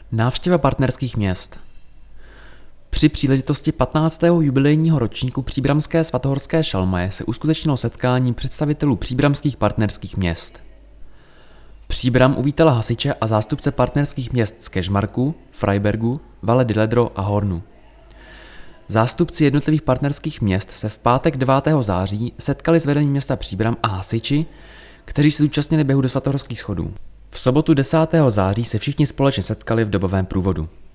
Návštěva partnerských měst. Při příležitosti 15. jubilejního ročníku Příbramské svatohorské šalmaje se uskutečnilo setkání představitelů příbramských partnerských měst. Příbram uvítala hasiče a zástupce partnerských měst z Kežmarku, Freibergu, Valle di Ledro a Hornu. Zástupci jednotlivých partnerských měst se v pátek 9. září setkali s vedením města Příbram a hasiči, kteří se zúčastnili běhu do svatohorských schodů. V sobotu 10. září se všichni společně setkali v dobovém průvodu.